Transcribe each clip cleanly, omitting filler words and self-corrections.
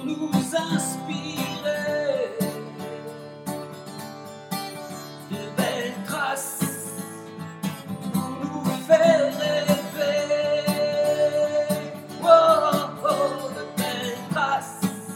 nous inspirer de belles traces pour nous faire rêver. Oh, oh, de belles traces.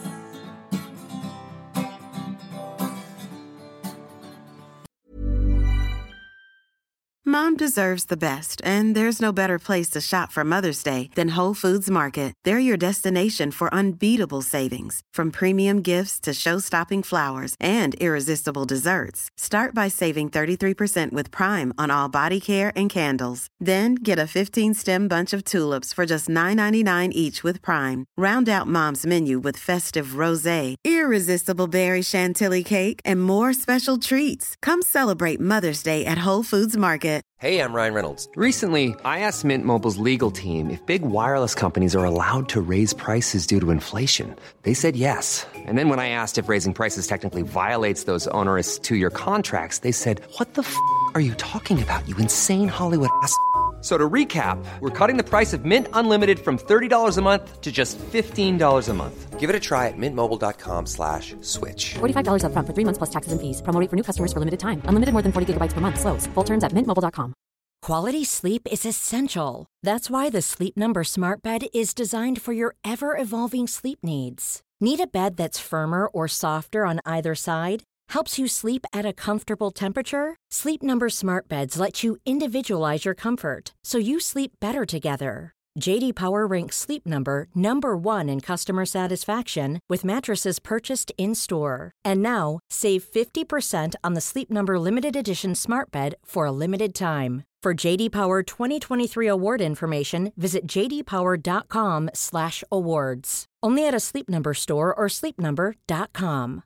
Mom deserves the best, and there's no better place to shop for Mother's Day than Whole Foods Market. They're your destination for unbeatable savings, from premium gifts to show-stopping flowers and irresistible desserts. Start by saving 33% with Prime on all body care and candles. Then get a 15-stem bunch of tulips for just $9.99 each with Prime. Round out Mom's menu with festive rosé, irresistible berry chantilly cake, and more special treats. Come celebrate Mother's Day at Whole Foods Market. Hey, I'm Ryan Reynolds. Recently, I asked Mint Mobile's legal team if big wireless companies are allowed to raise prices due to inflation. They said yes. And then when I asked if raising prices technically violates those onerous two-year contracts, they said, "What the f*** are you talking about, you insane Hollywood ass?" So to recap, we're cutting the price of Mint Unlimited from $30 a month to just $15 a month. Give it a try at mintmobile.com/switch. $45 up front for 3 months plus taxes and fees. Promo rate for new customers for limited time. Unlimited more than 40 gigabytes per month. Slows full terms at mintmobile.com. Quality sleep is essential. That's why the Sleep Number Smart Bed is designed for your ever-evolving sleep needs. Need a bed that's firmer or softer on either side? Helps you sleep at a comfortable temperature? Sleep Number Smart Beds let you individualize your comfort, so you sleep better together. J.D. Power ranks Sleep Number number 1 in customer satisfaction with mattresses purchased in-store. And now, save 50% on the Sleep Number Limited Edition Smart Bed for a limited time. For J.D. Power 2023 award information, visit jdpower.com/awards. Only at a Sleep Number store or sleepnumber.com.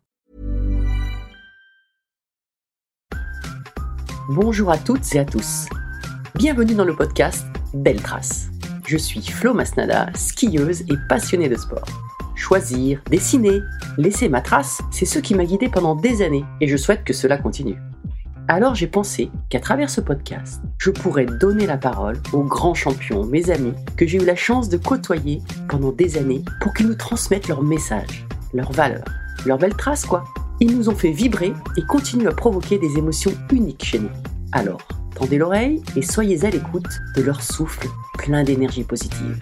Bonjour à toutes et à tous. Bienvenue dans le podcast Belles Traces. Je suis Flo Masnada, skieuse et passionnée de sport. Choisir, dessiner, laisser ma trace, c'est ce qui m'a guidée pendant des années et je souhaite que cela continue. Alors j'ai pensé qu'à travers ce podcast, je pourrais donner la parole aux grands champions, mes amis, que j'ai eu la chance de côtoyer pendant des années pour qu'ils nous transmettent leurs messages, leurs valeurs, leurs belles traces quoi. Ils nous ont fait vibrer et continuent à provoquer des émotions uniques chez nous. Alors, tendez l'oreille et soyez à l'écoute de leur souffle plein d'énergie positive.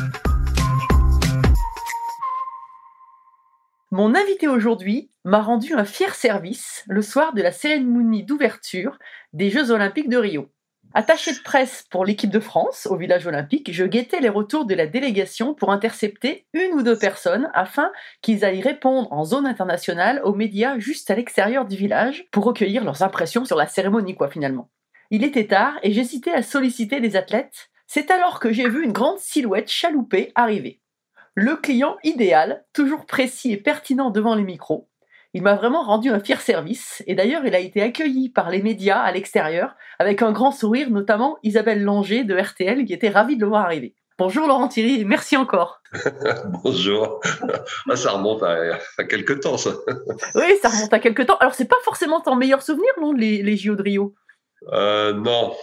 Mon invité aujourd'hui m'a rendu un fier service le soir de la cérémonie d'ouverture des Jeux Olympiques de Rio. Attaché de presse pour l'équipe de France au village olympique, je guettais les retours de la délégation pour intercepter 1 ou 2 personnes afin qu'ils aillent répondre en zone internationale aux médias juste à l'extérieur du village pour recueillir leurs impressions sur la cérémonie finalement. Il était tard et j'hésitais à solliciter des athlètes. C'est alors que j'ai vu une grande silhouette chaloupée arriver. Le client idéal, toujours précis et pertinent devant les micros. Il m'a vraiment rendu un fier service et d'ailleurs il a été accueilli par les médias à l'extérieur avec un grand sourire, notamment Isabelle Langer de RTL qui était ravie de le voir arriver. Bonjour Laurent Thierry et merci encore. Bonjour. Ça remonte à quelques temps ça. Oui, ça remonte à quelques temps. Alors c'est pas forcément ton meilleur souvenir, non, les JO de Rio? Non.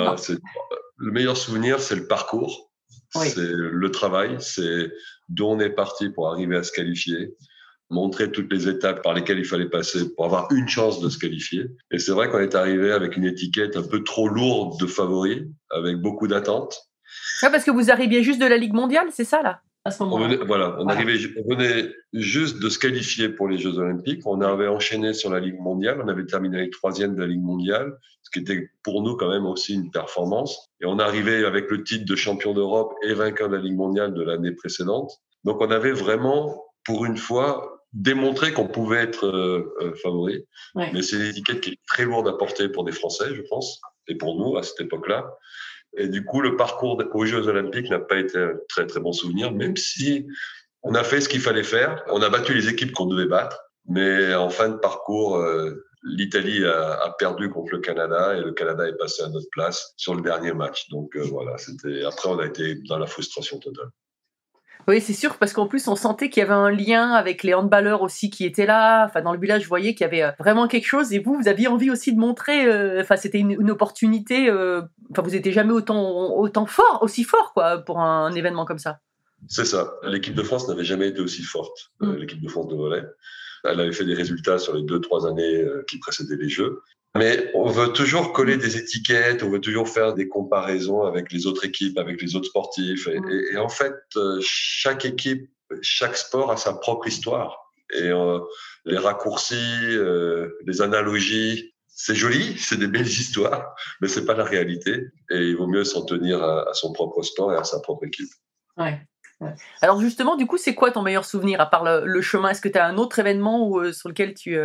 Le meilleur souvenir c'est le parcours, oui. C'est le travail, c'est d'où on est parti pour arriver à se qualifier. Montrer toutes les étapes par lesquelles il fallait passer pour avoir une chance de se qualifier. Et c'est vrai qu'on est arrivé avec une étiquette un peu trop lourde de favori, avec beaucoup d'attentes. Ah, parce que vous arriviez juste de la Ligue mondiale, c'est ça là, à ce moment-là? On venait juste de se qualifier pour les Jeux Olympiques. On avait enchaîné sur la Ligue mondiale. On avait terminé avec 3e de la Ligue mondiale, ce qui était pour nous quand même aussi une performance. Et on arrivait avec le titre de champion d'Europe et vainqueur de la Ligue mondiale de l'année précédente. Donc on avait vraiment, pour une fois, démontrer qu'on pouvait être favori. Ouais. Mais c'est une étiquette qui est très lourde à porter pour des Français, je pense, et pour nous à cette époque-là. Et du coup, le parcours aux Jeux Olympiques n'a pas été un très très bon souvenir, même si on a fait ce qu'il fallait faire. On a battu les équipes qu'on devait battre, mais en fin de parcours, l'Italie a perdu contre le Canada et le Canada est passé à notre place sur le dernier match. Donc voilà, après on a été dans la frustration totale. Oui, c'est sûr, parce qu'en plus, on sentait qu'il y avait un lien avec les handballeurs aussi qui étaient là. Enfin, dans le village, je voyais qu'il y avait vraiment quelque chose. Et vous aviez envie aussi de montrer. C'était une opportunité. Vous n'étiez jamais aussi fort, quoi, pour un événement comme ça. C'est ça. L'équipe de France n'avait jamais été aussi forte, l'équipe de France de volley. Elle avait fait des résultats sur les 2-3 années qui précédaient les Jeux. Mais on veut toujours coller des étiquettes, on veut toujours faire des comparaisons avec les autres équipes, avec les autres sportifs. Et en fait, chaque équipe, chaque sport a sa propre histoire. Et les raccourcis, les analogies, c'est joli, c'est des belles histoires, mais c'est pas la réalité. Et il vaut mieux s'en tenir à son propre sport et à sa propre équipe. Ouais. Alors justement, du coup, c'est quoi ton meilleur souvenir à part le chemin? Est-ce que tu as un autre événement sur lequel tu...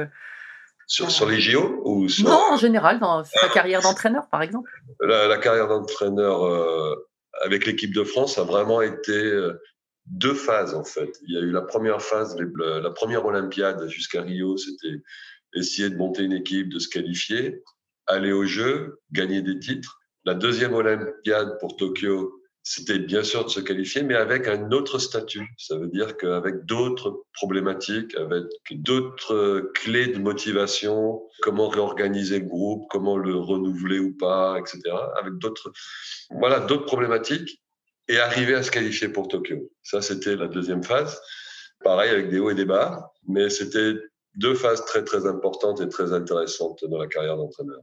Sur les JO ou sur... Non, en général, dans ta carrière d'entraîneur, par exemple. La carrière d'entraîneur avec l'équipe de France a vraiment été 2 phases, en fait. Il y a eu la première phase, la première Olympiade jusqu'à Rio, c'était essayer de monter une équipe, de se qualifier, aller aux Jeux, gagner des titres. La deuxième Olympiade pour Tokyo, c'était bien sûr de se qualifier, mais avec un autre statut. Ça veut dire qu'avec d'autres problématiques, avec d'autres clés de motivation, comment réorganiser le groupe, comment le renouveler ou pas, etc. Avec d'autres problématiques et arriver à se qualifier pour Tokyo. Ça, c'était la deuxième phase. Pareil, avec des hauts et des bas, mais c'était 2 phases très, très importantes et très intéressantes dans la carrière d'entraîneur.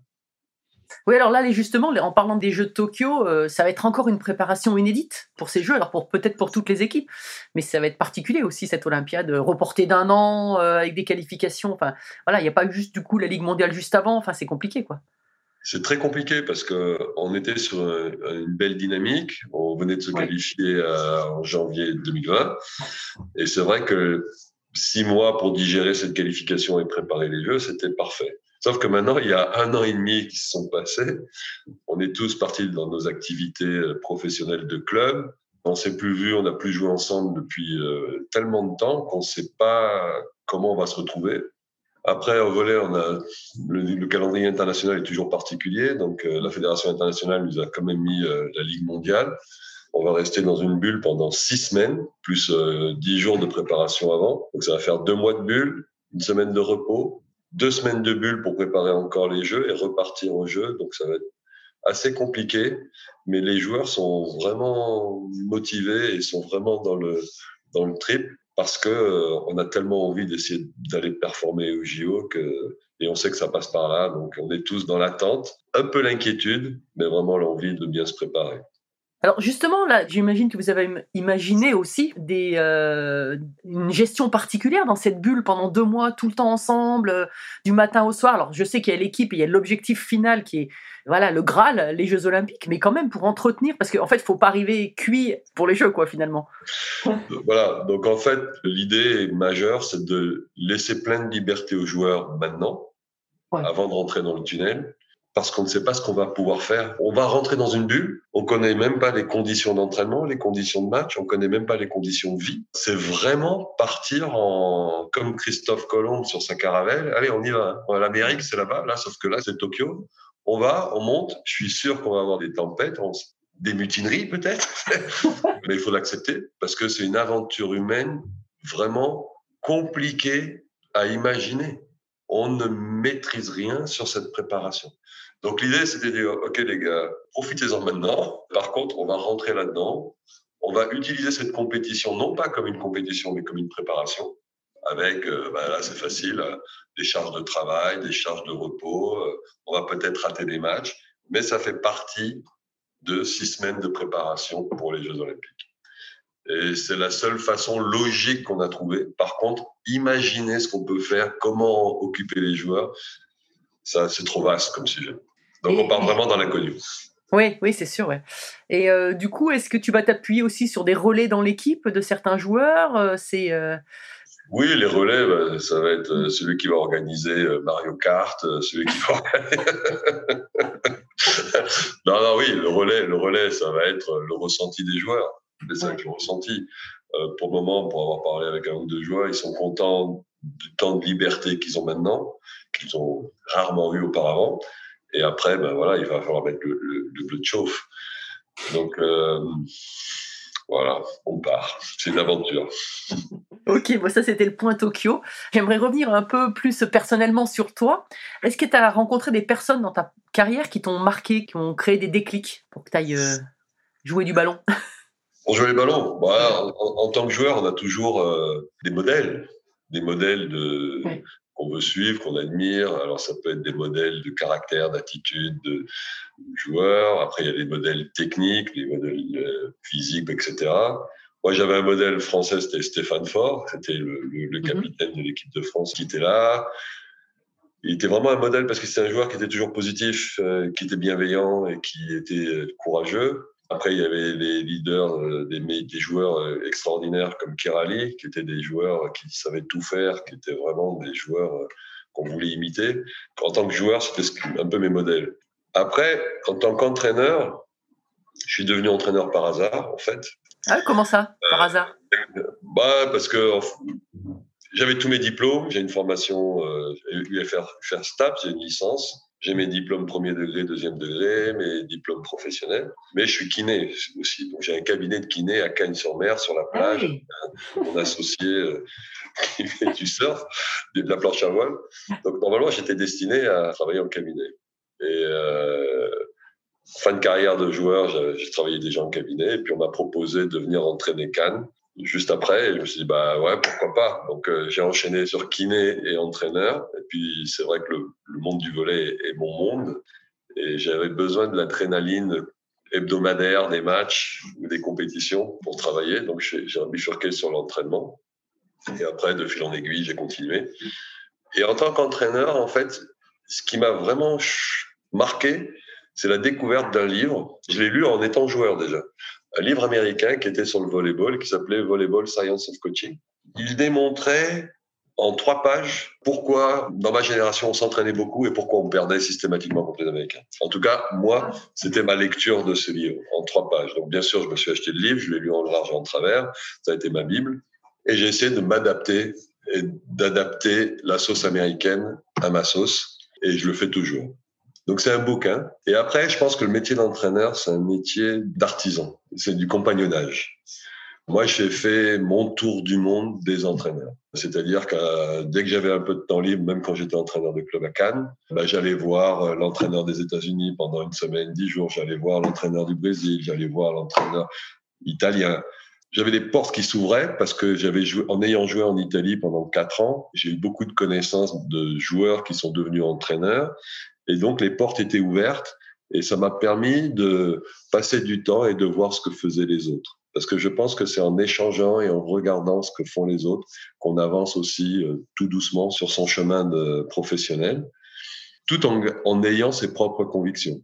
Oui, alors là, justement, en parlant des Jeux de Tokyo, ça va être encore une préparation inédite pour ces Jeux, alors peut-être pour toutes les équipes, mais ça va être particulier aussi, cette Olympiade, reportée d'1 an, avec des qualifications, enfin, voilà, il n'y a pas juste, du coup, la Ligue mondiale juste avant, enfin, c'est compliqué, quoi. C'est très compliqué parce qu'on était sur une belle dynamique, on venait de se qualifier en janvier 2020, et c'est vrai que 6 mois pour digérer cette qualification et préparer les Jeux, c'était parfait. Sauf que maintenant, il y a 1 an et demi qui se sont passés. On est tous partis dans nos activités professionnelles de club. On s'est plus vus, on n'a plus joué ensemble depuis tellement de temps qu'on ne sait pas comment on va se retrouver. Après, au volley, on a le calendrier international est toujours particulier. Donc, la Fédération internationale nous a quand même mis la Ligue mondiale. On va rester dans une bulle pendant 6 semaines, plus 10 jours de préparation avant. Donc, ça va faire 2 mois de bulle, 1 semaine de repos, 2 semaines de bulle pour préparer encore les Jeux et repartir aux Jeux. Donc, ça va être assez compliqué, mais les joueurs sont vraiment motivés et sont vraiment dans le trip parce que on a tellement envie d'essayer d'aller performer au JO et on sait que ça passe par là. Donc, on est tous dans l'attente, un peu l'inquiétude, mais vraiment l'envie de bien se préparer. Alors justement, là, j'imagine que vous avez imaginé aussi une gestion particulière dans cette bulle pendant 2 mois, tout le temps ensemble, du matin au soir. Alors je sais qu'il y a l'équipe et il y a l'objectif final qui est voilà, le Graal, les Jeux Olympiques, mais quand même pour entretenir, parce qu'en fait, il ne faut pas arriver cuit pour les Jeux, quoi, finalement. Voilà, donc en fait, l'idée majeure, c'est de laisser pleine liberté aux joueurs maintenant, avant de rentrer dans le tunnel. Parce qu'on ne sait pas ce qu'on va pouvoir faire. On va rentrer dans une bulle, on ne connaît même pas les conditions d'entraînement, les conditions de match, on ne connaît même pas les conditions de vie. C'est vraiment partir comme Christophe Colomb sur sa caravelle. Allez, on y va. L'Amérique, c'est là-bas, là, sauf que là, c'est Tokyo. On monte. Je suis sûr qu'on va avoir des tempêtes, des mutineries peut-être, mais il faut l'accepter parce que c'est une aventure humaine vraiment compliquée à imaginer. On ne maîtrise rien sur cette préparation. Donc, l'idée, c'était de dire, OK, les gars, profitez-en maintenant. Par contre, on va rentrer là-dedans. On va utiliser cette compétition, non pas comme une compétition, mais comme une préparation. Avec, là, c'est facile, des charges de travail, des charges de repos. On va peut-être rater des matchs, mais ça fait partie de 6 semaines de préparation pour les Jeux Olympiques. Et c'est la seule façon logique qu'on a trouvée. Par contre, imaginez ce qu'on peut faire, comment occuper les joueurs. Ça, c'est trop vaste comme sujet. Donc, on part vraiment dans l'inconnu. Oui, c'est sûr. Ouais. Et du coup, est-ce que tu vas t'appuyer aussi sur des relais dans l'équipe de certains joueurs Oui, les relais, ça va être celui qui va organiser Mario Kart, celui qui va Non, oui, le relais, ça va être le ressenti des joueurs. C'est ça que le ressenti. Pour le moment, pour avoir parlé avec 1 ou 2 joueurs, ils sont contents du temps de liberté qu'ils ont maintenant, qu'ils ont rarement eu auparavant. Et après, il va falloir mettre le bleu de chauffe. Donc, voilà, on part. C'est une aventure. Ok, ça c'était le point Tokyo. J'aimerais revenir un peu plus personnellement sur toi. Est-ce que tu as rencontré des personnes dans ta carrière qui t'ont marqué, qui ont créé des déclics pour que tu ailles jouer du ballon? On jouait les ballons. En tant que joueur, on a toujours des modèles Ouais. qu'on veut suivre, qu'on admire. Alors, ça peut être des modèles de caractère, d'attitude, de joueurs. Après, il y a les modèles techniques, les modèles physiques, etc. Moi, j'avais un modèle français, c'était Stéphane Faure. C'était le capitaine de l'équipe de France qui était là. Il était vraiment un modèle parce que c'était un joueur qui était toujours positif, qui était bienveillant et qui était courageux. Après, il y avait les leaders, des joueurs extraordinaires comme Kirali, qui étaient des joueurs qui savaient tout faire, qui étaient vraiment des joueurs qu'on voulait imiter. En tant que joueur, c'était un peu mes modèles. Après, en tant qu'entraîneur, je suis devenu entraîneur par hasard, en fait. Ah, comment ça, par hasard? Parce que j'avais tous mes diplômes, j'ai une formation UFR STAPS, j'ai une licence. J'ai mes diplômes premier degré, deuxième degré, mes diplômes professionnels. Mais je suis kiné aussi. Donc, j'ai un cabinet de kiné à Cagnes-sur-Mer, sur la plage. Oui. Mon associé qui fait du surf, de la planche à voile. Donc, normalement, j'étais destiné à travailler en cabinet. Et fin de carrière de joueur, j'ai travaillé déjà en cabinet. Et puis, on m'a proposé de venir entraîner Cannes. Juste après, je me suis dit, ouais, pourquoi pas. Donc, j'ai enchaîné sur kiné et entraîneur. Et puis, c'est vrai que le monde du volley est mon monde. Et j'avais besoin de l'adrénaline hebdomadaire des matchs ou des compétitions pour travailler. Donc, j'ai bifurqué sur l'entraînement. Et après, de fil en aiguille, j'ai continué. Et en tant qu'entraîneur, en fait, ce qui m'a vraiment marqué, c'est la découverte d'un livre. Je l'ai lu en étant joueur déjà. Un livre américain qui était sur le volleyball, qui s'appelait Volleyball Science of Coaching. Il démontrait en 3 pages pourquoi, dans ma génération, on s'entraînait beaucoup et pourquoi on perdait systématiquement contre les Américains. En tout cas, moi, c'était ma lecture de ce livre, en 3 pages. Donc, bien sûr, je me suis acheté le livre, je l'ai lu en large et en travers, ça a été ma Bible, et j'ai essayé de m'adapter et d'adapter la sauce américaine à ma sauce, et je le fais toujours. Donc, c'est un bouquin. Et après, je pense que le métier d'entraîneur, c'est un métier d'artisan. C'est du compagnonnage. Moi, j'ai fait mon tour du monde des entraîneurs. C'est-à-dire que dès que j'avais un peu de temps libre, même quand j'étais entraîneur de club à Cannes, j'allais voir l'entraîneur des États-Unis pendant une semaine, 10 jours. J'allais voir l'entraîneur du Brésil, j'allais voir l'entraîneur italien. J'avais des portes qui s'ouvraient parce que en ayant joué en Italie pendant 4 ans, j'ai eu beaucoup de connaissances de joueurs qui sont devenus entraîneurs. Et donc, les portes étaient ouvertes et ça m'a permis de passer du temps et de voir ce que faisaient les autres. Parce que je pense que c'est en échangeant et en regardant ce que font les autres qu'on avance aussi tout doucement sur son chemin professionnel, tout en ayant ses propres convictions,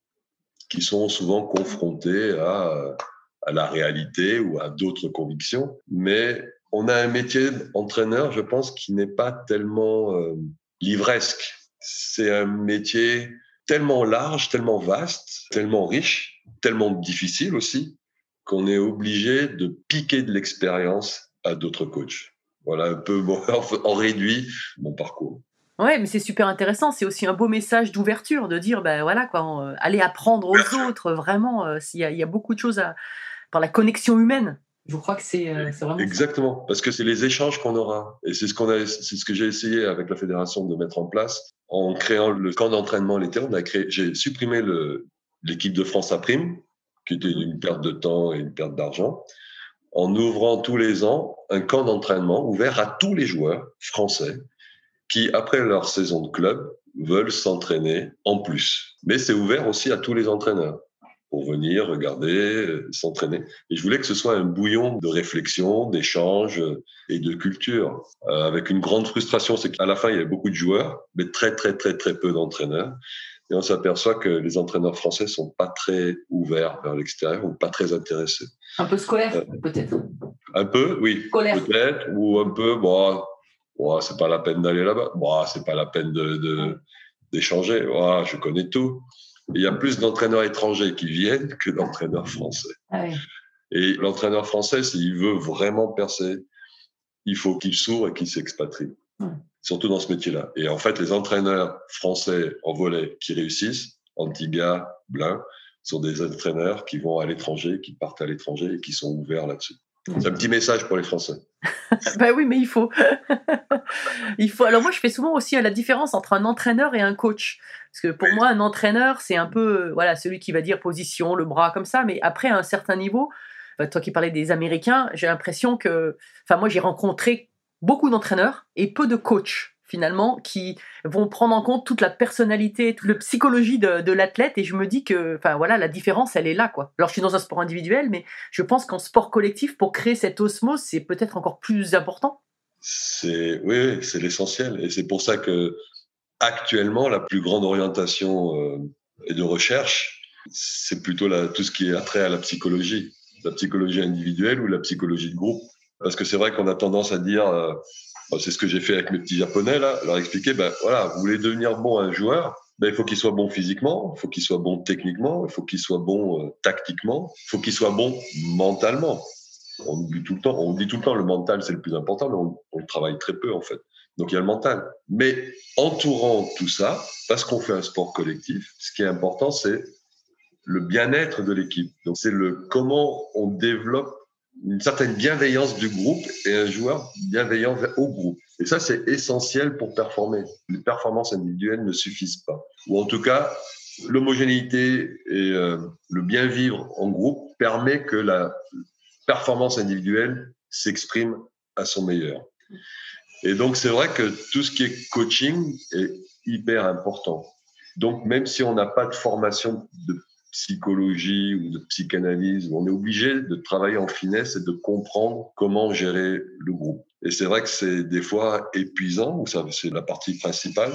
qui sont souvent confrontées à la réalité ou à d'autres convictions. Mais on a un métier d'entraîneur, je pense, qui n'est pas tellement livresque. C'est un métier tellement large, tellement vaste, tellement riche, tellement difficile aussi, qu'on est obligé de piquer de l'expérience à d'autres coachs. Voilà un peu en réduit mon parcours. Ouais, mais c'est super intéressant. C'est aussi un beau message d'ouverture, de dire, voilà quoi, aller apprendre aux autres. Vraiment, il y a beaucoup de choses par la connexion humaine. Je crois que c'est vraiment exactement, ça. Parce que c'est les échanges qu'on aura. Et c'est ce que j'ai essayé avec la fédération de mettre en place. En créant le camp d'entraînement l'été, j'ai supprimé l'équipe de France à prime, qui était une perte de temps et une perte d'argent, en ouvrant tous les ans un camp d'entraînement ouvert à tous les joueurs français qui, après leur saison de club, veulent s'entraîner en plus. Mais c'est ouvert aussi à tous les entraîneurs pour venir regarder, s'entraîner. Et je voulais que ce soit un bouillon de réflexion, d'échange et de culture. Avec une grande frustration, c'est qu'à la fin, il y avait beaucoup de joueurs, mais très, très, très, très peu d'entraîneurs. Et on s'aperçoit que les entraîneurs français sont pas très ouverts vers l'extérieur ou pas très intéressés. Un peu scolaire, peut-être. Un peu, oui. Scolaire. Peut-être, ou un peu, c'est pas la peine d'aller là-bas. C'est pas la peine d'échanger. Je connais tout. Il y a plus d'entraîneurs étrangers qui viennent que d'entraîneurs français. Ah oui. Et l'entraîneur français, s'il veut vraiment percer, il faut qu'il s'ouvre et qu'il s'expatrie. Surtout dans ce métier-là. Et en fait, les entraîneurs français en volley qui réussissent, Antigua, Blain, sont des entraîneurs qui vont à l'étranger, qui partent à l'étranger et qui sont ouverts là-dessus. C'est un petit message pour les Français. Oui, mais il faut. Alors moi, je fais souvent aussi la différence entre un entraîneur et un coach. Parce que pour moi, un entraîneur, c'est un peu celui qui va dire position, le bras comme ça. Mais après, à un certain niveau, toi qui parlais des Américains, j'ai l'impression que, moi j'ai rencontré beaucoup d'entraîneurs et peu de coachs finalement qui vont prendre en compte toute la personnalité, toute la psychologie de l'athlète, et je me dis que, la différence elle est là, quoi. Alors je suis dans un sport individuel, mais je pense qu'en sport collectif, pour créer cette osmose, c'est peut-être encore plus important. Oui, c'est l'essentiel, et c'est pour ça que actuellement la plus grande orientation et de recherche, c'est plutôt tout ce qui est attrait à la psychologie individuelle ou la psychologie de groupe. Parce que c'est vrai qu'on a tendance à dire, c'est ce que j'ai fait avec mes petits Japonais là, leur expliquer, vous voulez devenir bon un joueur, il faut qu'il soit bon physiquement, il faut qu'il soit bon techniquement, il faut qu'il soit bon tactiquement, il faut qu'il soit bon mentalement. On dit tout le temps, le mental c'est le plus important, mais on le travaille très peu en fait. Donc il y a le mental. Mais entourant tout ça, parce qu'on fait un sport collectif, ce qui est important, c'est le bien-être de l'équipe. Donc c'est comment on développe une certaine bienveillance du groupe et un joueur bienveillant au groupe. Et ça, c'est essentiel pour performer. Les performances individuelles ne suffisent pas. Ou en tout cas, l'homogénéité et le bien vivre en groupe permet que la performance individuelle s'exprime à son meilleur. Et donc, c'est vrai que tout ce qui est coaching est hyper important. Donc, même si on n'a pas de formation de psychologie ou de psychanalyse, on est obligé de travailler en finesse et de comprendre comment gérer le groupe. Et c'est vrai que c'est des fois épuisant, ou ça, c'est la partie principale.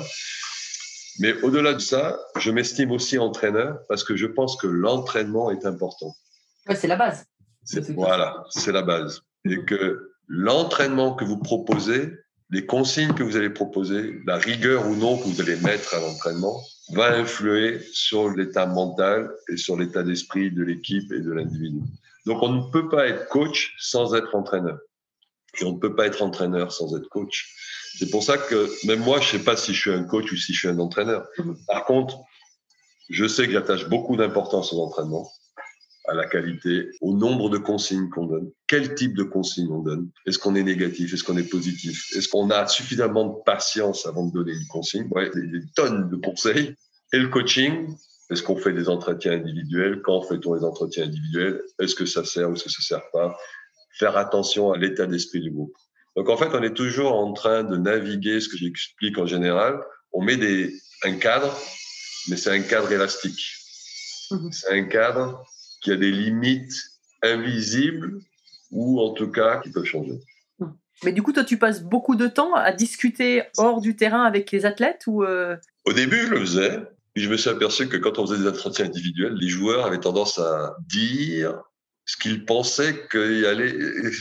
Mais au-delà de ça, je m'estime aussi entraîneur parce que je pense que l'entraînement est important. Ouais, c'est la base. Voilà, c'est la base. Et que l'entraînement que vous proposez, les consignes que vous allez proposer, la rigueur ou non que vous allez mettre à l'entraînement, va influer sur l'état mental et sur l'état d'esprit de l'équipe et de l'individu. Donc, on ne peut pas être coach sans être entraîneur. Et on ne peut pas être entraîneur sans être coach. C'est pour ça que même moi, je ne sais pas si je suis un coach ou si je suis un entraîneur. Par contre, je sais que j'attache beaucoup d'importance aux entraînements, à la qualité, au nombre de consignes qu'on donne, quel type de consignes on donne. Est-ce qu'on est négatif? Est-ce qu'on est positif? Est-ce qu'on a suffisamment de patience avant de donner une consigne? Ouais, des tonnes de conseils. Et le coaching, est-ce qu'on fait des entretiens individuels? Quand fait-on les entretiens individuels? Est-ce que ça sert ou est-ce que ça sert pas? Faire attention à l'état d'esprit du groupe. Donc en fait, on est toujours en train de naviguer, ce que j'explique en général. On met un cadre, mais c'est un cadre élastique. C'est un cadre qui a des limites invisibles ou en tout cas qui peuvent changer. Mais du coup, toi, tu passes beaucoup de temps à discuter hors du terrain avec les athlètes ou Au début, je le faisais. Puis je me suis aperçu que quand on faisait des entretiens individuels, les joueurs avaient tendance à dire ce qu'ils pensaient qu'il allait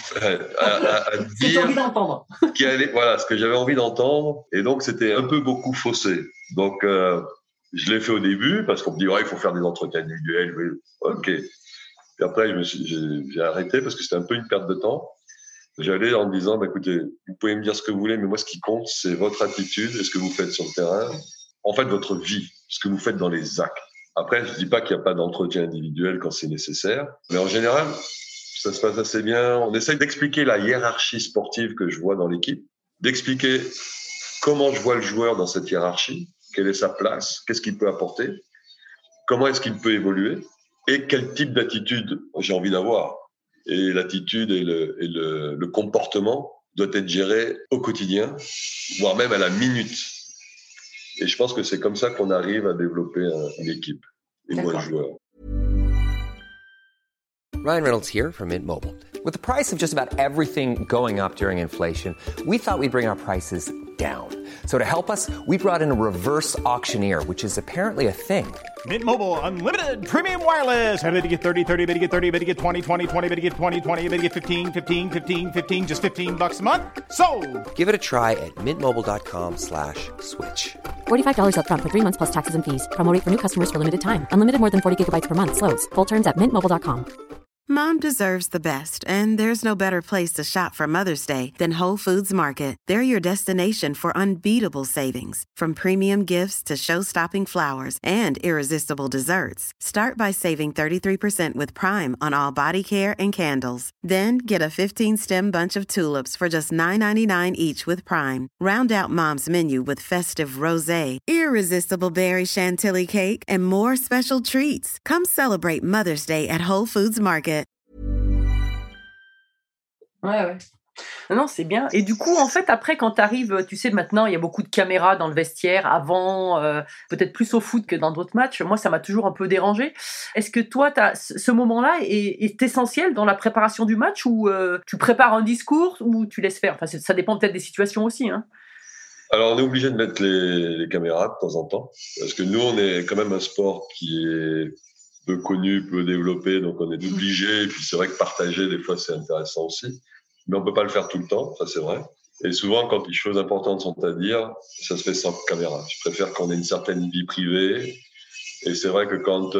à dire. Ce que tu as envie d'entendre. Ce que j'avais envie d'entendre. Et donc, c'était un peu beaucoup faussé. Donc, je l'ai fait au début parce qu'on me dit il faut faire des entretiens individuels. Oui, ok. Puis après, j'ai arrêté parce que c'était un peu une perte de temps. J'allais en me disant écoutez, vous pouvez me dire ce que vous voulez, mais moi, ce qui compte, c'est votre attitude et ce que vous faites sur le terrain. En fait, votre vie, ce que vous faites dans les actes. Après, je dis pas qu'il n'y a pas d'entretien individuel quand c'est nécessaire, mais en général, ça se passe assez bien. On essaye d'expliquer la hiérarchie sportive que je vois dans l'équipe, d'expliquer comment je vois le joueur dans cette hiérarchie, quelle est sa place, qu'est-ce qu'il peut apporter, comment est-ce qu'il peut évoluer et quel type d'attitude j'ai envie d'avoir. Et l'attitude et le comportement doit être géré au quotidien, voire même à la minute. Et je pense que c'est comme ça qu'on arrive à développer une équipe et un joueur. Ryan Reynolds here from Mint Mobile. With the price of just about everything going up during inflation, we thought we'd bring our prices down. So to help us, we brought in a reverse auctioneer, which is apparently a thing. Mint Mobile Unlimited Premium Wireless. How to get 30, 30, how to get 30, how to get 20, 20, 20, how to get 20, 20, how to get 15, 15, 15, 15, just $15 a month? Sold! Give it a try at mintmobile.com/switch. $45 up front for 3 months plus taxes and fees. Promo rate for new customers for limited time. Unlimited more than 40 gigabytes per month. Slows full terms at mintmobile.com. Mom deserves the best, and there's no better place to shop for Mother's Day than Whole Foods Market. They're your destination for unbeatable savings, from premium gifts to show-stopping flowers and irresistible desserts. Start by saving 33% with Prime on all body care and candles. Then get a 15-stem bunch of tulips for just $9.99 each with Prime. Round out Mom's menu with festive rosé, irresistible berry chantilly cake, and more special treats. Come celebrate Mother's Day at Whole Foods Market. Ouais. Non, c'est bien. Et du coup, en fait, après, quand tu arrives, tu sais, maintenant, il y a beaucoup de caméras dans le vestiaire. Avant, peut-être plus au foot que dans d'autres matchs. Moi, ça m'a toujours un peu dérangé. Est-ce que toi, ce moment-là est essentiel dans la préparation du match ou tu prépares un discours ou tu laisses faire? Enfin, ça dépend peut-être des situations aussi, hein. Alors, on est obligé de mettre les caméras de temps en temps, parce que nous, on est quand même un sport qui est peu connu, peu développé, donc on est obligé. Et puis, c'est vrai que partager, des fois, c'est intéressant aussi. Mais on peut pas le faire tout le temps, ça c'est vrai. Et souvent, quand les choses importantes sont à dire, ça se fait sans caméra. Je préfère qu'on ait une certaine vie privée. Et c'est vrai que quand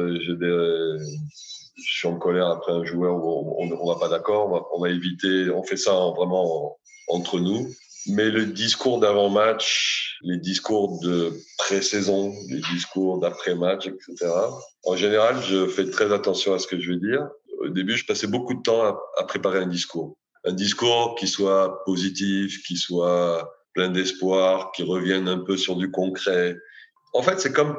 je suis en colère après un joueur où on va pas d'accord, on va éviter, on fait ça vraiment entre nous. Mais le discours d'avant-match, les discours de pré-saison, les discours d'après-match, etc. En général, je fais très attention à ce que je vais dire. Au début, je passais beaucoup de temps à préparer un discours. Un discours qui soit positif, qui soit plein d'espoir, qui revienne un peu sur du concret. En fait, c'est comme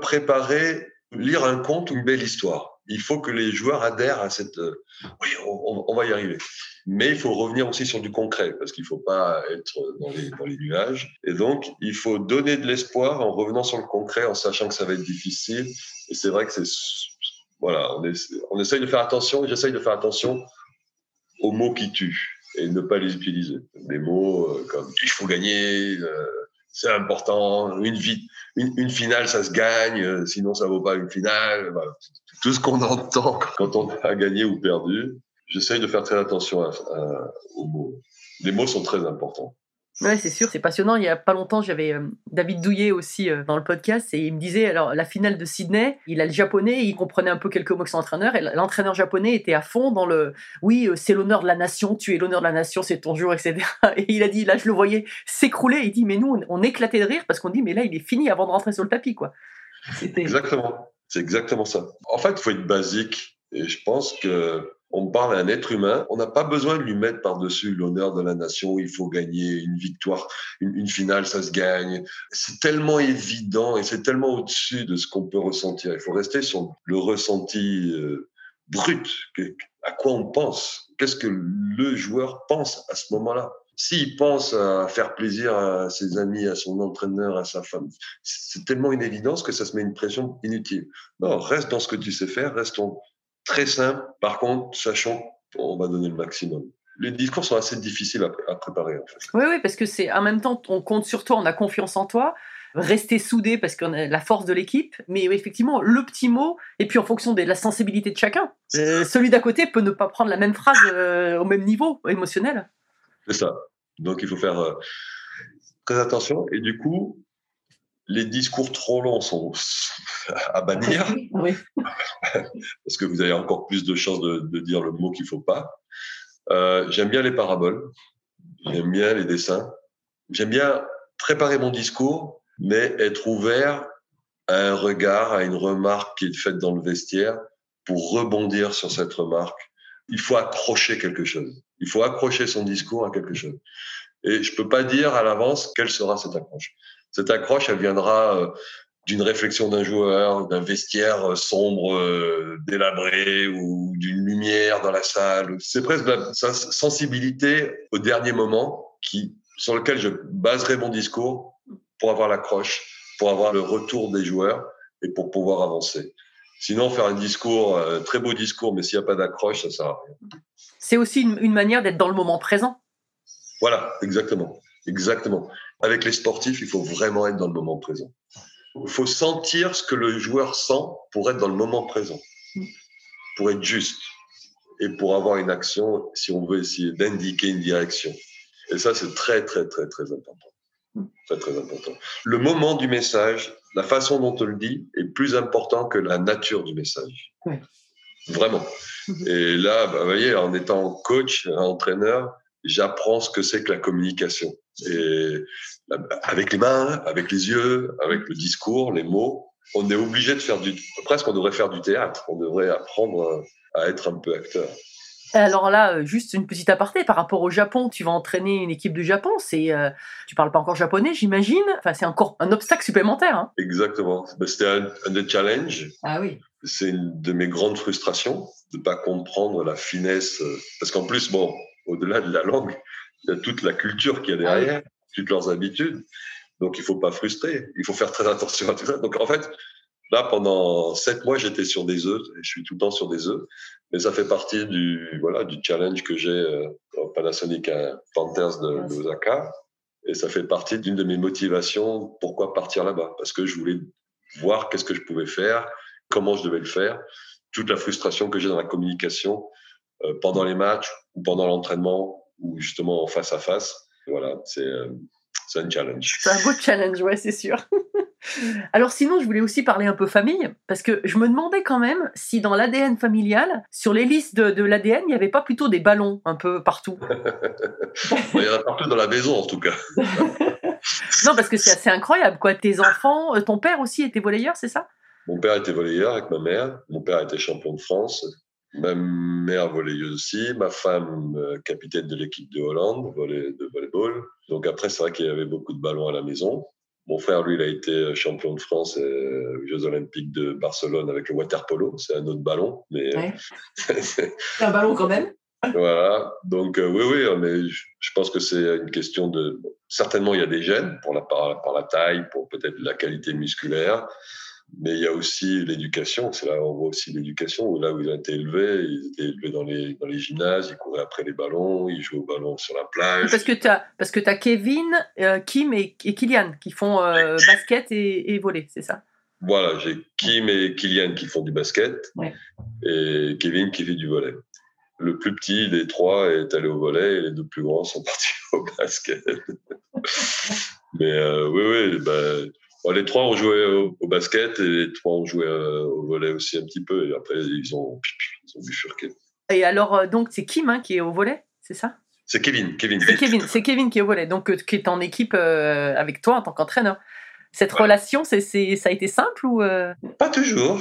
lire un conte ou une belle histoire. Il faut que les joueurs adhèrent à cette... Oui, on va y arriver. Mais il faut revenir aussi sur du concret, parce qu'il ne faut pas être dans les nuages. Et donc, il faut donner de l'espoir en revenant sur le concret, en sachant que ça va être difficile. Et c'est vrai que voilà, on essaye de faire attention, j'essaye de faire attention aux mots qui tuent et ne pas les utiliser. Des mots comme « il faut gagner », c'est important, une finale, ça se gagne, sinon ça vaut pas une finale. Voilà. Tout ce qu'on entend quand on a gagné ou perdu, j'essaye de faire très attention aux mots. Les mots sont très importants. Ouais, c'est sûr, c'est passionnant. Il y a pas longtemps, j'avais David Douillet aussi dans le podcast et il me disait, alors la finale de Sydney, il a le japonais, il comprenait un peu quelques mots que son entraîneur et l'entraîneur japonais était à fond dans le « oui, c'est l'honneur de la nation, tu es l'honneur de la nation, c'est ton jour, etc. » Et il a dit, là je le voyais s'écrouler, il dit « mais nous, on éclatait de rire parce qu'on dit « mais là, il est fini avant de rentrer sur le tapis, quoi. » Exactement, c'est exactement ça. En fait, il faut être basique et je pense que on parle à un être humain, on n'a pas besoin de lui mettre par-dessus l'honneur de la nation, il faut gagner une victoire, une finale, ça se gagne. C'est tellement évident et c'est tellement au-dessus de ce qu'on peut ressentir. Il faut rester sur le ressenti brut, à quoi on pense, qu'est-ce que le joueur pense à ce moment-là. S'il pense à faire plaisir à ses amis, à son entraîneur, à sa femme, c'est tellement une évidence que ça se met une pression inutile. Non, reste dans ce que tu sais faire, restons très simple. Par contre, sachant qu'on va donner le maximum. Les discours sont assez difficiles à préparer, en fait. Oui, parce que c'est en même temps, on compte sur toi, on a confiance en toi. Rester soudé parce qu'on a la force de l'équipe. Mais effectivement, le petit mot, et puis en fonction de la sensibilité de chacun. Celui d'à côté peut ne pas prendre la même phrase au même niveau émotionnel. C'est ça. Donc, il faut faire très attention. Et du coup, les discours trop longs sont à bannir. Oui. Parce que vous avez encore plus de chances de dire le mot qu'il ne faut pas. J'aime bien les paraboles. J'aime bien les dessins. J'aime bien préparer mon discours, mais être ouvert à un regard, à une remarque qui est faite dans le vestiaire pour rebondir sur cette remarque. Il faut accrocher quelque chose. Il faut accrocher son discours à quelque chose. Et je ne peux pas dire à l'avance quelle sera cette accroche. Cette accroche, elle viendra d'une réflexion d'un joueur, d'un vestiaire sombre, délabré, ou d'une lumière dans la salle. C'est presque sa sensibilité au dernier moment sur lequel je baserai mon discours pour avoir l'accroche, pour avoir le retour des joueurs et pour pouvoir avancer. Sinon, faire un discours, un très beau discours, mais s'il n'y a pas d'accroche, ça ne sert à rien. C'est aussi une manière d'être dans le moment présent. Voilà, exactement. Avec les sportifs, il faut vraiment être dans le moment présent. Il faut sentir ce que le joueur sent pour être dans le moment présent, pour être juste et pour avoir une action, si on veut essayer d'indiquer une direction. Et ça, c'est très, très, très, très important. Très, très important. Le moment du message, la façon dont on le dit, est plus important que la nature du message. Oui. Vraiment. Et là, vous voyez, en étant coach, entraîneur, j'apprends ce que c'est que la communication. Et avec les mains, avec les yeux, avec le discours, les mots, on est obligé de faire presque on devrait faire du théâtre. On devrait apprendre à être un peu acteur. Alors là, juste une petite aparté, par rapport au Japon, tu vas entraîner une équipe du Japon, tu parles pas encore japonais, j'imagine. Enfin, c'est encore un obstacle supplémentaire. Hein. Exactement. C'était un des challenges. Ah oui. C'est une de mes grandes frustrations de pas comprendre la finesse. Parce qu'en plus, au-delà de la langue, il y a toute la culture qu'il y a derrière, toutes leurs habitudes. Donc, il ne faut pas frustrer. Il faut faire très attention à tout ça. Donc, en fait, là, pendant 7 mois, j'étais sur des œufs. Et je suis tout le temps sur des œufs. Mais ça fait partie du challenge que j'ai au Panasonic Panthers de Osaka. Et ça fait partie d'une de mes motivations. Pourquoi partir là-bas? Parce que je voulais voir qu'est-ce que je pouvais faire, comment je devais le faire. Toute la frustration que j'ai dans la communication pendant les matchs ou pendant l'entraînement ou justement en face à face. Voilà, c'est un challenge. C'est un beau challenge, ouais, c'est sûr. Alors sinon, je voulais aussi parler un peu famille, parce que je me demandais quand même si dans l'ADN familial, sur les listes de l'ADN, il n'y avait pas plutôt des ballons un peu partout. Il y en a partout dans la maison, en tout cas. Non, parce que c'est assez incroyable, quoi. Tes enfants, ton père aussi était volleyeur, c'est ça? Mon père était volleyeur avec ma mère. Mon père était champion de France. Ma mère volleyeuse aussi. Ma femme, capitaine de l'équipe de Hollande, de volleyball. Donc après, c'est vrai qu'il y avait beaucoup de ballons à la maison. Mon frère, lui, il a été champion de France aux Jeux Olympiques de Barcelone avec le water-polo. C'est un autre ballon, mais ouais. C'est un ballon quand même. Voilà. Donc oui, mais je pense que c'est une question de. Certainement, il y a des gènes par la taille, pour peut-être la qualité musculaire, mais il y a aussi l'éducation. C'est là où on voit aussi l'éducation. Là où ils ont été élevés, ils étaient élevés dans les gymnases, ils couraient après les ballons, ils jouaient au ballon sur la plage. Parce que t'as Kevin, Kim et Kylian qui font basket et volley, c'est ça? Voilà, j'ai Kim et Kylian qui font du basket, ouais. Et Kevin qui fait du volley. Le plus petit des 3 est allé au volley et les 2 plus grands sont partis au basket. Mais oui, les 3 ont joué au basket et les 3 ont joué au volley aussi un petit peu. Et après, ils ont bifurqué. Et alors, donc, c'est Kim qui est au volley, c'est ça? C'est Kevin. C'est Kevin qui est au volley, donc qui est en équipe avec toi en tant qu'entraîneur. Cette relation, ça a été simple ou Pas toujours.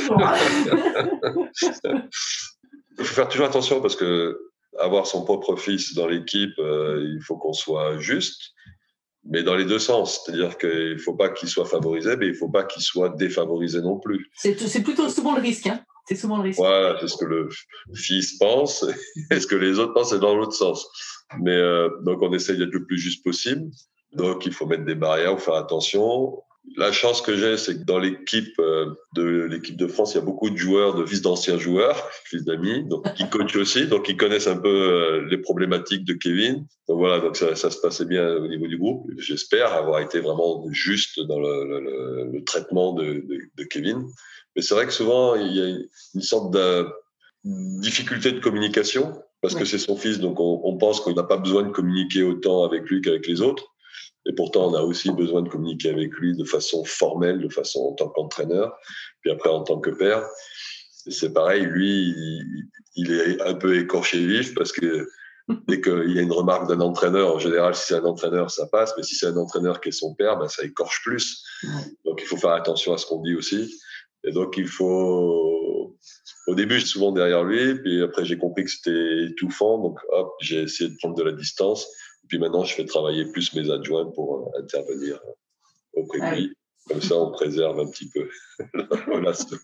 Il faut faire toujours attention parce que avoir son propre fils dans l'équipe, il faut qu'on soit juste, mais dans les deux sens. C'est-à-dire qu'il ne faut pas qu'il soit favorisé, mais il ne faut pas qu'il soit défavorisé non plus. C'est plutôt souvent le risque. Hein. C'est souvent le risque. Voilà, c'est ce que le fils pense, et ce que les autres pensent, c'est dans l'autre sens. Mais donc on essaye d'être le plus juste possible. Donc il faut mettre des barrières ou faire attention. La chance que j'ai, c'est que dans l'équipe de France, il y a beaucoup de joueurs, de fils d'anciens joueurs, fils d'amis, donc qui coachent aussi, donc ils connaissent un peu les problématiques de Kevin. Donc voilà, donc ça se passait bien au niveau du groupe. J'espère avoir été vraiment juste dans le traitement de Kevin. Mais c'est vrai que souvent, il y a une sorte de difficulté de communication, parce que c'est son fils, donc on pense qu'on n'a pas besoin de communiquer autant avec lui qu'avec les autres. Et pourtant, on a aussi besoin de communiquer avec lui de façon formelle, de façon en tant qu'entraîneur, puis après en tant que père. Et c'est pareil, lui, il est un peu écorché vif parce que dès qu'il y a une remarque d'un entraîneur, en général, si c'est un entraîneur, ça passe, mais si c'est un entraîneur qui est son père, ça écorche plus. Donc, il faut faire attention à ce qu'on dit aussi. Et donc, il faut... Au début, j'étais souvent derrière lui, puis après, j'ai compris que c'était étouffant, donc hop, j'ai essayé de prendre de la distance. Puis maintenant, je fais travailler plus mes adjoints pour intervenir auprès de lui. Comme ça, on préserve un petit peu la relation.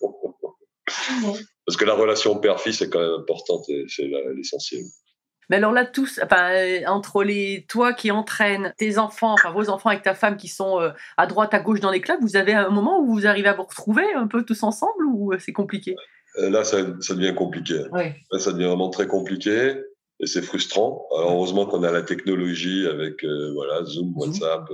Parce que la relation père-fils est quand même importante et c'est l'essentiel. Mais alors là, entre toi qui entraînes tes enfants, vos enfants avec ta femme qui sont à droite, à gauche dans les clubs, vous avez un moment où vous arrivez à vous retrouver un peu tous ensemble ou c'est compliqué? Là, ça devient compliqué. Ouais. Là, ça devient vraiment très compliqué. Et c'est frustrant. Alors, heureusement qu'on a la technologie avec Zoom, WhatsApp.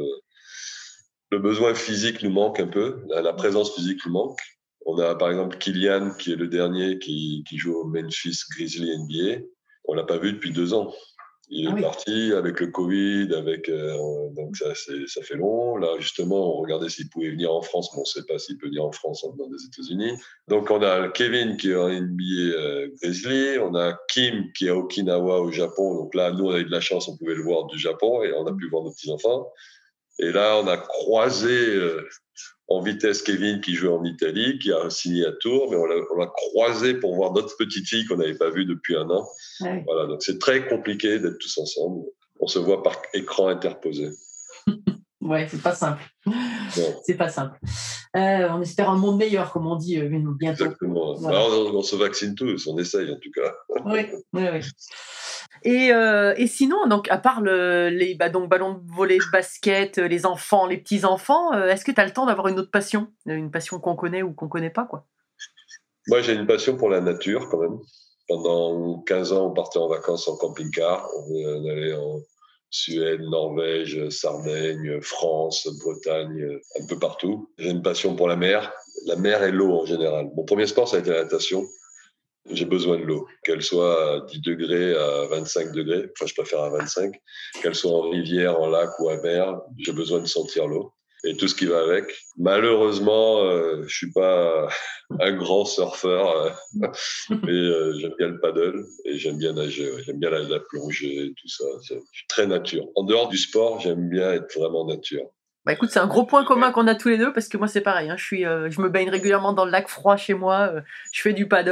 Le besoin physique nous manque un peu. La présence physique nous manque. On a par exemple Kylian, qui est le dernier qui joue au Memphis Grizzlies NBA. On l'a pas vu depuis 2 ans. Il est parti avec le Covid, donc ça fait long. Là, justement, on regardait s'il pouvait venir en France, mais on ne sait pas s'il peut venir en France en venant des États-Unis. Donc, on a Kevin qui est en NBA Grizzly, on a Kim qui est à Okinawa au Japon. Donc là, nous, on a eu de la chance, on pouvait le voir du Japon et on a pu voir nos petits-enfants. Et là, on a croisé en vitesse Kevin qui joue en Italie, qui a signé à Tours, mais on l'a croisé pour voir notre petite fille qu'on n'avait pas vue depuis 1 an. Ouais. Voilà, donc c'est très compliqué d'être tous ensemble. On se voit par écran interposé. Ouais, c'est pas simple. Ouais. C'est pas simple. On espère un monde meilleur, comme on dit bientôt. Exactement. Voilà. Alors, on se vaccine tous, on essaye en tout cas. Oui. Et sinon, donc, à part donc, ballons de volley, de basket, les enfants, les petits-enfants, est-ce que tu as le temps d'avoir une autre passion? Une passion qu'on connaît ou qu'on connaît pas, quoi? Moi, j'ai une passion pour la nature quand même. Pendant 15 ans, on partait en vacances en camping-car. On allait en Suède, Norvège, Sardaigne, France, Bretagne, un peu partout. J'ai une passion pour la mer et l'eau en général. Mon premier sport, ça a été la natation. J'ai besoin de l'eau, qu'elle soit à 10 degrés, à 25 degrés, enfin je préfère à 25, qu'elle soit en rivière, en lac ou à mer, j'ai besoin de sentir l'eau et tout ce qui va avec. Malheureusement, je suis pas un grand surfeur, mais j'aime bien le paddle et j'aime bien nager, ouais. J'aime bien la plongée et tout ça. Je suis très nature. En dehors du sport, j'aime bien être vraiment nature. Bah écoute, c'est un gros point commun qu'on a tous les deux parce que moi c'est pareil, hein, je me baigne régulièrement dans le lac froid chez moi, je fais du paddle,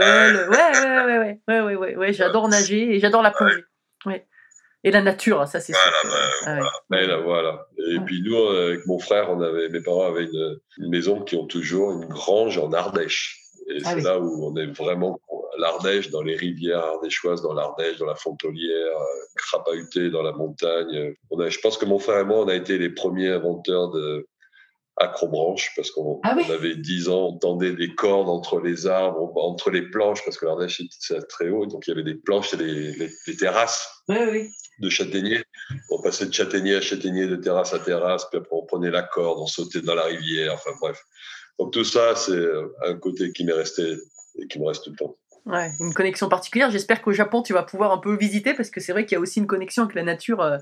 ouais, j'adore nager et j'adore la plongée, ouais. Et la nature, ça c'est sûr. Voilà. Et puis nous, avec mon frère, mes parents avaient une maison qui ont toujours une grange en Ardèche. Et c'est là où on est vraiment l'Ardèche, dans les rivières ardéchoises, dans l'Ardèche, dans la Fontolière, crapahuté dans la montagne. Je pense que mon frère et moi, on a été les premiers inventeurs de acrobranche parce qu'on avait 10 ans, on tendait des cordes entre les arbres, entre les planches, parce que l'Ardèche c'est très haut, donc il y avait des planches et des terrasses de châtaigniers. On passait de châtaignier à châtaignier, de terrasse à terrasse, puis après on prenait la corde, on sautait dans la rivière, enfin bref. Donc tout ça, c'est un côté qui m'est resté et qui me reste tout le temps. Ouais, une connexion particulière. J'espère qu'au Japon, tu vas pouvoir un peu visiter parce que c'est vrai qu'il y a aussi une connexion avec la nature.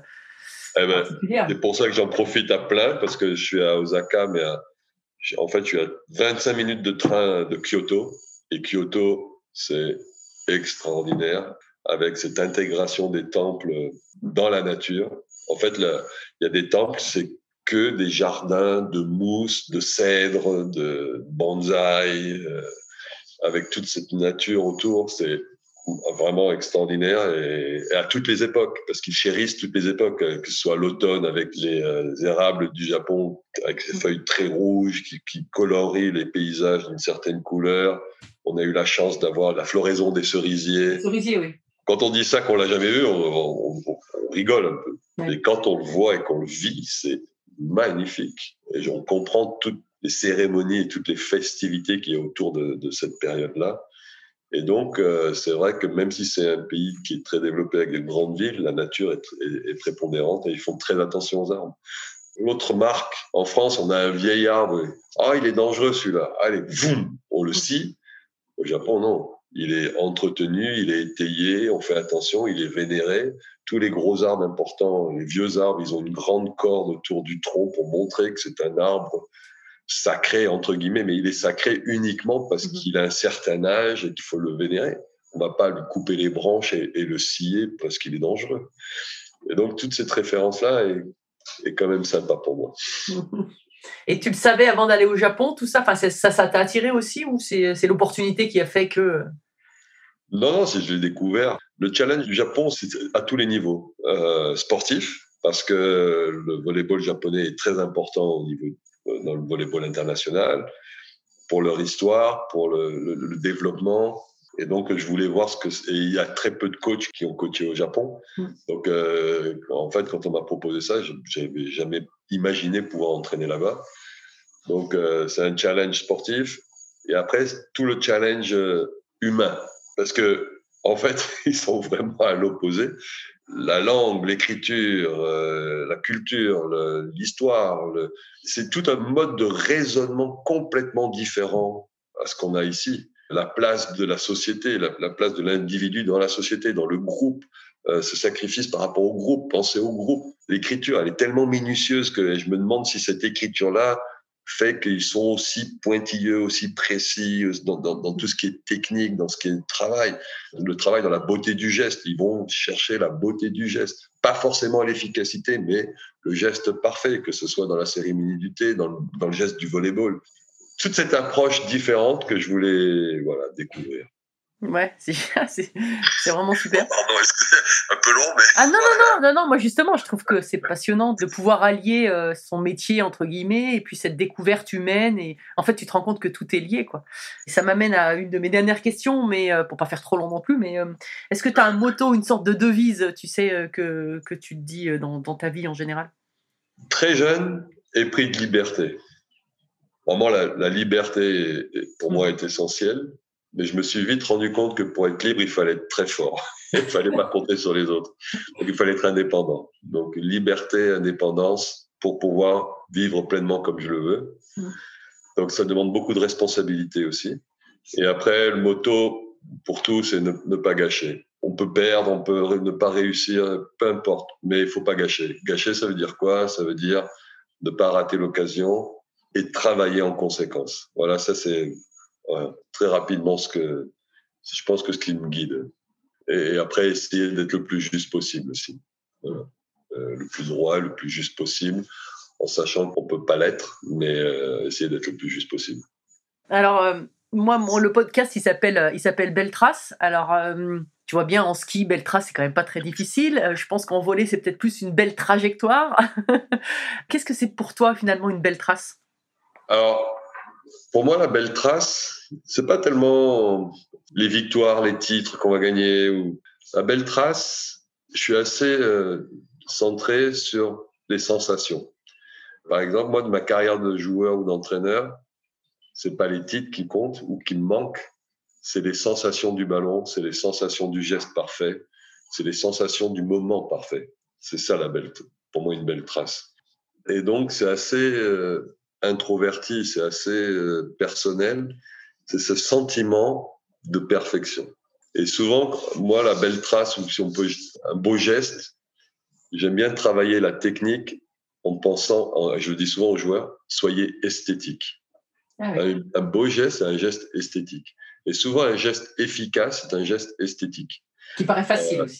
C'est pour ça que j'en profite à plein parce que je suis à Osaka, mais en fait, je suis à 25 minutes de train de Kyoto. Et Kyoto, c'est extraordinaire avec cette intégration des temples dans la nature. En fait, il y a des temples, c'est que des jardins de mousse, de cèdre, de bonsaï, avec toute cette nature autour. C'est vraiment extraordinaire et à toutes les époques, parce qu'ils chérissent toutes les époques, que ce soit l'automne avec les érables du Japon, avec ces feuilles très rouges qui colorient les paysages d'une certaine couleur. On a eu la chance d'avoir la floraison des cerisiers. Cerisiers, oui. Quand on dit ça qu'on l'a jamais vu, on rigole un peu. Mais quand on le voit et qu'on le vit, c'est magnifique. Et on comprend toutes les cérémonies et toutes les festivités qu'il y a autour de cette période-là. Et donc, c'est vrai que même si c'est un pays qui est très développé avec des grandes villes, la nature est prépondérante et ils font très attention aux arbres. L'autre marque, en France, on a un vieil arbre. Ah, il est dangereux celui-là. Allez, boum, on le scie. Au Japon, non. Il est entretenu, il est étayé, on fait attention, il est vénéré. Tous les gros arbres importants, les vieux arbres, ils ont une grande corde autour du tronc pour montrer que c'est un arbre sacré, entre guillemets, mais il est sacré uniquement parce qu'il a un certain âge et qu'il faut le vénérer. On ne va pas lui couper les branches et le scier parce qu'il est dangereux. Et donc, toute cette référence-là est quand même sympa pour moi. Et tu le savais avant d'aller au Japon, tout ça? Enfin, ça t'a attiré aussi ou c'est l'opportunité qui a fait que... Non, je l'ai découvert. Le challenge du Japon, c'est à tous les niveaux. Sportif, parce que le volleyball japonais est très important au niveau dans le volleyball international, pour leur histoire, pour le développement. Et donc, je voulais voir et il y a très peu de coachs qui ont coaché au Japon. Donc, en fait, quand on m'a proposé ça, je n'avais jamais imaginé pouvoir entraîner là-bas. Donc, c'est un challenge sportif. Et après, tout le challenge humain. Parce que, en fait, ils sont vraiment à l'opposé. La langue, l'écriture, la culture, l'histoire, c'est tout un mode de raisonnement complètement différent à ce qu'on a ici. La place de la société, la place de l'individu dans la société, dans le groupe, ce sacrifice par rapport au groupe, penser au groupe. L'écriture, elle est tellement minutieuse que je me demande si cette écriture-là fait qu'ils sont aussi pointilleux, aussi précis dans tout ce qui est technique, dans ce qui est travail. Le travail dans la beauté du geste. Ils vont chercher la beauté du geste. Pas forcément l'efficacité, mais le geste parfait, que ce soit dans la cérémonie du thé, dans le geste du volleyball. Toute cette approche différente que je voulais découvrir. Ouais, c'est vraiment super. Pardon, c'est un peu long, mais... Ah non, moi justement, je trouve que c'est passionnant de pouvoir allier son métier, entre guillemets, et puis cette découverte humaine, et en fait, tu te rends compte que tout est lié, quoi. Et ça m'amène à une de mes dernières questions, mais pour pas faire trop long non plus, mais est-ce que tu as un motto, une sorte de devise, tu sais, que tu te dis dans ta vie en général? Très jeune, épris de liberté. Vraiment, la liberté, pour moi, est essentielle. Mais je me suis vite rendu compte que pour être libre, il fallait être très fort. Il ne fallait pas compter sur les autres. Donc, il fallait être indépendant. Donc, liberté, indépendance pour pouvoir vivre pleinement comme je le veux. Donc, ça demande beaucoup de responsabilité aussi. Et après, le motto pour tout, c'est ne pas gâcher. On peut perdre, on peut ne pas réussir, peu importe. Mais il ne faut pas gâcher. Gâcher, ça veut dire quoi? Ça veut dire ne pas rater l'occasion et travailler en conséquence. Voilà, ça c'est... Voilà, très rapidement je pense que ce qui me guide. Et après, essayer d'être le plus juste possible aussi. Voilà. Le plus droit, le plus juste possible, en sachant qu'on ne peut pas l'être, mais essayer d'être le plus juste possible. Alors, moi, le podcast, il s'appelle Belle Trace. Alors, tu vois bien, en ski, belle trace, c'est quand même pas très difficile. Je pense qu'en volley, c'est peut-être plus une belle trajectoire. Qu'est-ce que c'est pour toi, finalement, une belle trace? Alors, pour moi, la belle trace, c'est pas tellement les victoires, les titres qu'on va gagner. La belle trace, je suis assez centré sur les sensations. Par exemple, moi, de ma carrière de joueur ou d'entraîneur, c'est pas les titres qui comptent ou qui me manquent, c'est les sensations du ballon, c'est les sensations du geste parfait, c'est les sensations du moment parfait. C'est ça pour moi, une belle trace. Et donc, c'est assez introverti, c'est assez personnel, c'est ce sentiment de perfection. Et souvent, moi, la belle trace, ou si on peut, un beau geste, j'aime bien travailler la technique en pensant, je le dis souvent aux joueurs, soyez esthétique. Ah oui. Un beau geste, c'est un geste esthétique. Et souvent, un geste efficace, c'est un geste esthétique. Qui paraît facile aussi.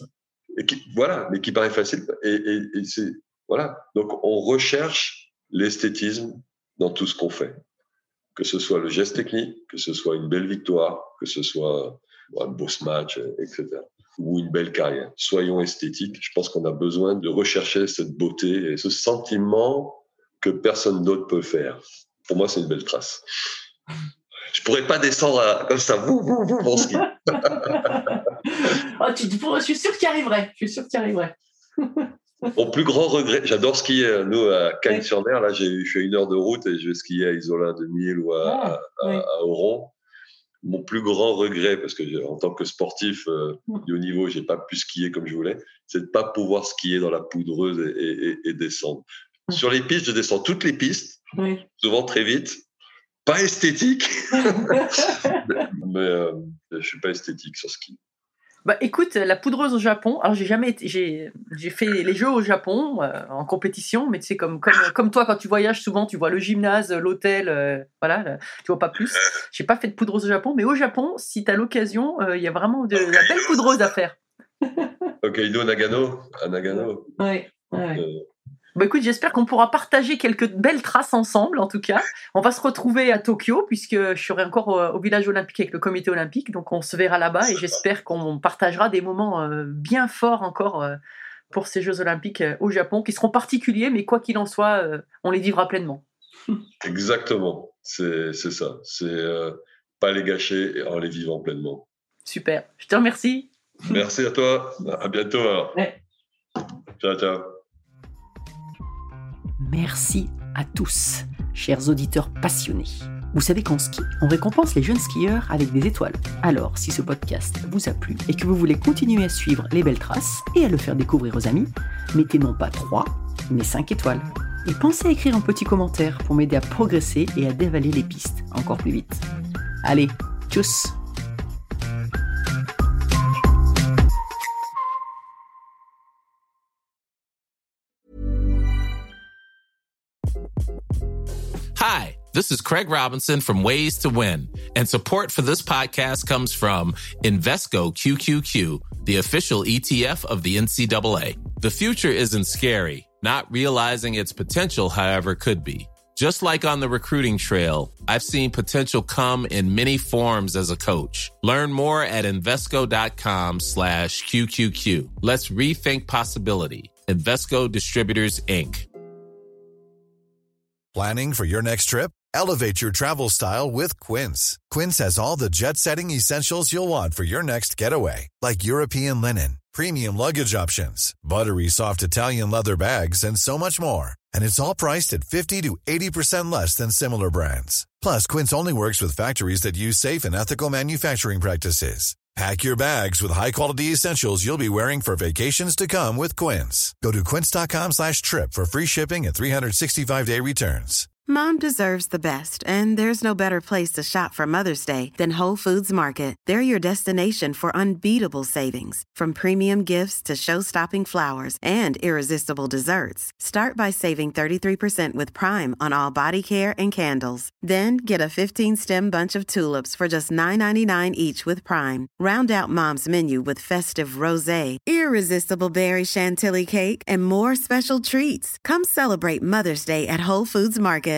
Mais qui paraît facile. Et c'est, voilà. Donc, on recherche l'esthétisme dans tout ce qu'on fait. Que ce soit le geste technique, que ce soit une belle victoire, que ce soit un beau match, etc. Ou une belle carrière. Soyons esthétiques. Je pense qu'on a besoin de rechercher cette beauté et ce sentiment que personne d'autre peut faire. Pour moi, c'est une belle trace. Je pourrais pas descendre comme ça, mon ski. Je suis sûr que tu y arriverais. Mon plus grand regret, j'adore skier. Nous, à Cagnes-sur-Mer, là, j'ai fait 1 heure de route et je vais skier à Isola 2000 ou à Oron. Mon plus grand regret, parce que en tant que sportif du haut niveau, j'ai pas pu skier comme je voulais, c'est de pas pouvoir skier dans la poudreuse et descendre. Sur les pistes, je descends toutes les pistes, souvent très vite. Pas esthétique, mais je suis pas esthétique sur ski. Bah écoute, la poudreuse au Japon. Alors j'ai fait les Jeux au Japon en compétition, mais tu sais comme toi quand tu voyages souvent, tu vois le gymnase, l'hôtel, voilà, tu vois pas plus. J'ai pas fait de poudreuse au Japon, mais au Japon, si t'as l'occasion, il y a vraiment de la belle poudreuse à faire. Hokkaido, Nagano, à Nagano. Ouais. Bah écoute, j'espère qu'on pourra partager quelques belles traces ensemble, en tout cas. On va se retrouver à Tokyo, puisque je serai encore au village olympique avec le comité olympique, donc on se verra là-bas et j'espère qu'on partagera des moments bien forts encore pour ces Jeux olympiques au Japon, qui seront particuliers, mais quoi qu'il en soit, on les vivra pleinement. Exactement, c'est ça. C'est pas les gâcher en les vivant pleinement. Super, je te remercie. Merci à toi, à bientôt alors. Ouais. Ciao. Merci à tous, chers auditeurs passionnés. Vous savez qu'en ski, on récompense les jeunes skieurs avec des étoiles. Alors, si ce podcast vous a plu et que vous voulez continuer à suivre les belles traces et à le faire découvrir aux amis, mettez non pas 3, mais 5 étoiles. Et pensez à écrire un petit commentaire pour m'aider à progresser et à dévaler les pistes encore plus vite. Allez, tchuss! Hi, this is Craig Robinson from Ways to Win, and support for this podcast comes from Invesco QQQ, the official ETF of the NCAA. The future isn't scary. Not realizing its potential, however, could be. Just like on the recruiting trail, I've seen potential come in many forms as a coach. Learn more at Invesco.com/QQQ. Let's rethink possibility. Invesco Distributors, Inc. Planning for your next trip? Elevate your travel style with Quince. Quince has all the jet-setting essentials you'll want for your next getaway, like European linen, premium luggage options, buttery soft Italian leather bags, and so much more. And it's all priced at 50 to 80% less than similar brands. Plus, Quince only works with factories that use safe and ethical manufacturing practices. Pack your bags with high-quality essentials you'll be wearing for vacations to come with Quince. Go to quince.com/trip for free shipping and 365-day returns. Mom deserves the best, and there's no better place to shop for Mother's Day than Whole Foods Market. They're your destination for unbeatable savings, from premium gifts to show-stopping flowers and irresistible desserts. Start by saving 33% with Prime on all body care and candles. Then get a 15-stem bunch of tulips for just $9.99 each with Prime. Round out Mom's menu with festive rosé, irresistible berry chantilly cake, and more special treats. Come celebrate Mother's Day at Whole Foods Market.